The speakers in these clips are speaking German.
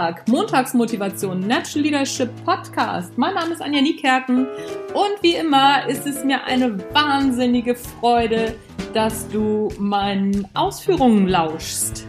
Montag, Montagsmotivation, Natural Leadership Podcast. Mein Name ist Anja Niekerken und wie immer ist es mir eine wahnsinnige Freude, dass du meinen Ausführungen lauschst.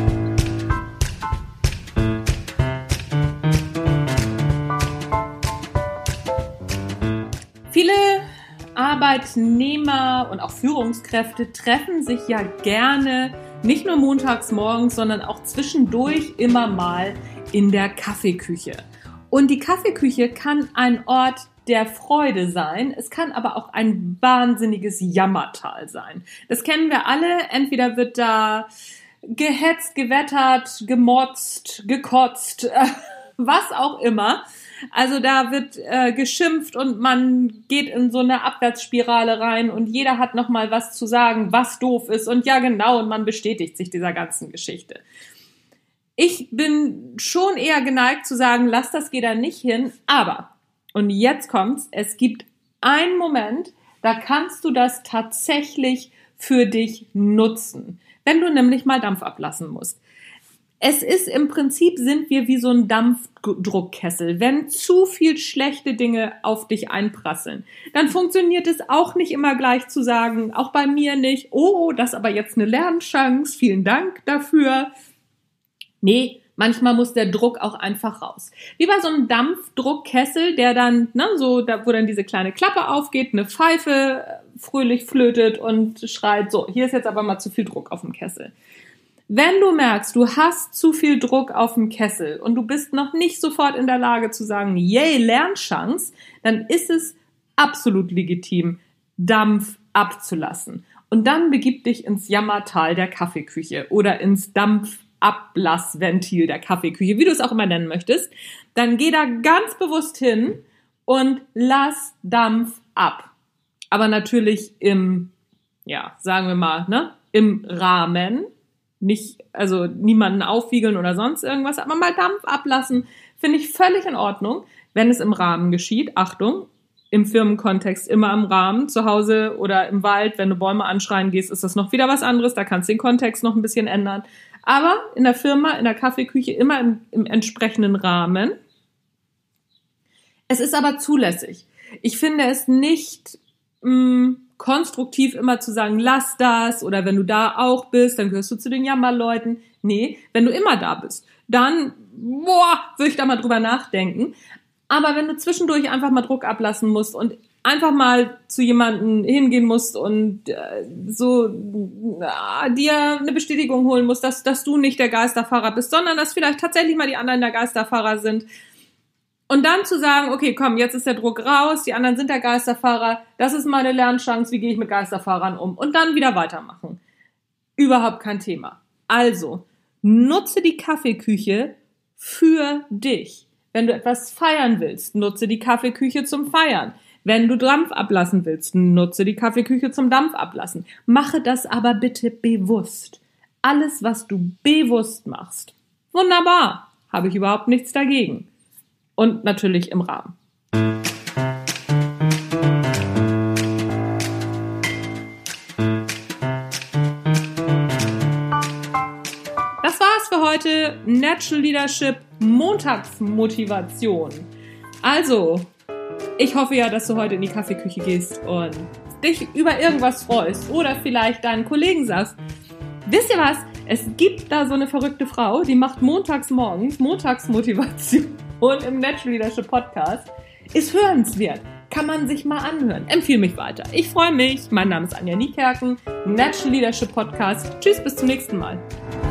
Viele Arbeitnehmer und auch Führungskräfte treffen sich ja gerne nicht nur montags morgens, sondern auch zwischendurch immer mal in der Kaffeeküche. Und die Kaffeeküche kann ein Ort der Freude sein, es kann aber auch ein wahnsinniges Jammertal sein. Das kennen wir alle, entweder wird da gehetzt, gewettert, gemotzt, gekotzt, was auch immer. Also da wird geschimpft und man geht in so eine Abwärtsspirale rein und jeder hat nochmal was zu sagen, was doof ist und ja genau, und man bestätigt sich dieser ganzen Geschichte. Ich bin schon eher geneigt zu sagen, lass das, geh da nicht hin, aber, und jetzt kommt's, es gibt einen Moment, da kannst du das tatsächlich für dich nutzen, wenn du nämlich mal Dampf ablassen musst. Es ist im Prinzip, sind wir wie so ein Dampfdruckkessel. Wenn zu viel schlechte Dinge auf dich einprasseln, dann funktioniert es auch nicht immer gleich zu sagen, auch bei mir nicht, oh, das ist aber jetzt eine Lernchance, vielen Dank dafür. Nee, manchmal muss der Druck auch einfach raus. Wie bei so einem Dampfdruckkessel, der dann, wo dann diese kleine Klappe aufgeht, eine Pfeife fröhlich flötet und schreit, so, hier ist jetzt aber mal zu viel Druck auf dem Kessel. Wenn du merkst, du hast zu viel Druck auf dem Kessel und du bist noch nicht sofort in der Lage zu sagen, yay, Lernchance, dann ist es absolut legitim, Dampf abzulassen. Und dann begib dich ins Jammertal der Kaffeeküche oder ins Dampfablassventil der Kaffeeküche, wie du es auch immer nennen möchtest. Dann geh da ganz bewusst hin und lass Dampf ab. Aber natürlich im Rahmen. Nicht, also niemanden aufwiegeln oder sonst irgendwas, aber mal Dampf ablassen, finde ich völlig in Ordnung, wenn es im Rahmen geschieht. Achtung, im Firmenkontext immer im Rahmen, zu Hause oder im Wald, wenn du Bäume anschreien gehst, ist das noch wieder was anderes, da kannst du den Kontext noch ein bisschen ändern. Aber in der Firma, in der Kaffeeküche immer im entsprechenden Rahmen. Es ist aber zulässig. Ich finde es nicht konstruktiv immer zu sagen, lass das, oder wenn du da auch bist, dann gehörst du zu den Jammerleuten. Nee, wenn du immer da bist, dann, würde ich da mal drüber nachdenken. Aber wenn du zwischendurch einfach mal Druck ablassen musst und einfach mal zu jemandem hingehen musst und dir eine Bestätigung holen musst, dass du nicht der Geisterfahrer bist, sondern dass vielleicht tatsächlich mal die anderen der Geisterfahrer sind, und dann zu sagen, okay, komm, jetzt ist der Druck raus, die anderen sind der Geisterfahrer, das ist meine Lernchance, wie gehe ich mit Geisterfahrern um? Und dann wieder weitermachen. Überhaupt kein Thema. Also, nutze die Kaffeeküche für dich. Wenn du etwas feiern willst, nutze die Kaffeeküche zum Feiern. Wenn du Dampf ablassen willst, nutze die Kaffeeküche zum Dampf ablassen. Mache das aber bitte bewusst. Alles, was du bewusst machst. Wunderbar. Habe ich überhaupt nichts dagegen. Und natürlich im Rahmen. Das war's für heute. Natural Leadership Montagsmotivation. Also, ich hoffe ja, dass du heute in die Kaffeeküche gehst und dich über irgendwas freust oder vielleicht deinen Kollegen sagst, wisst ihr was? Es gibt da so eine verrückte Frau, die macht montags morgens Montagsmotivation. Und im Natural Leadership Podcast ist hörenswert. Kann man sich mal anhören. Empfehle mich weiter. Ich freue mich. Mein Name ist Anja Niekerken. Natural Leadership Podcast. Tschüss, bis zum nächsten Mal.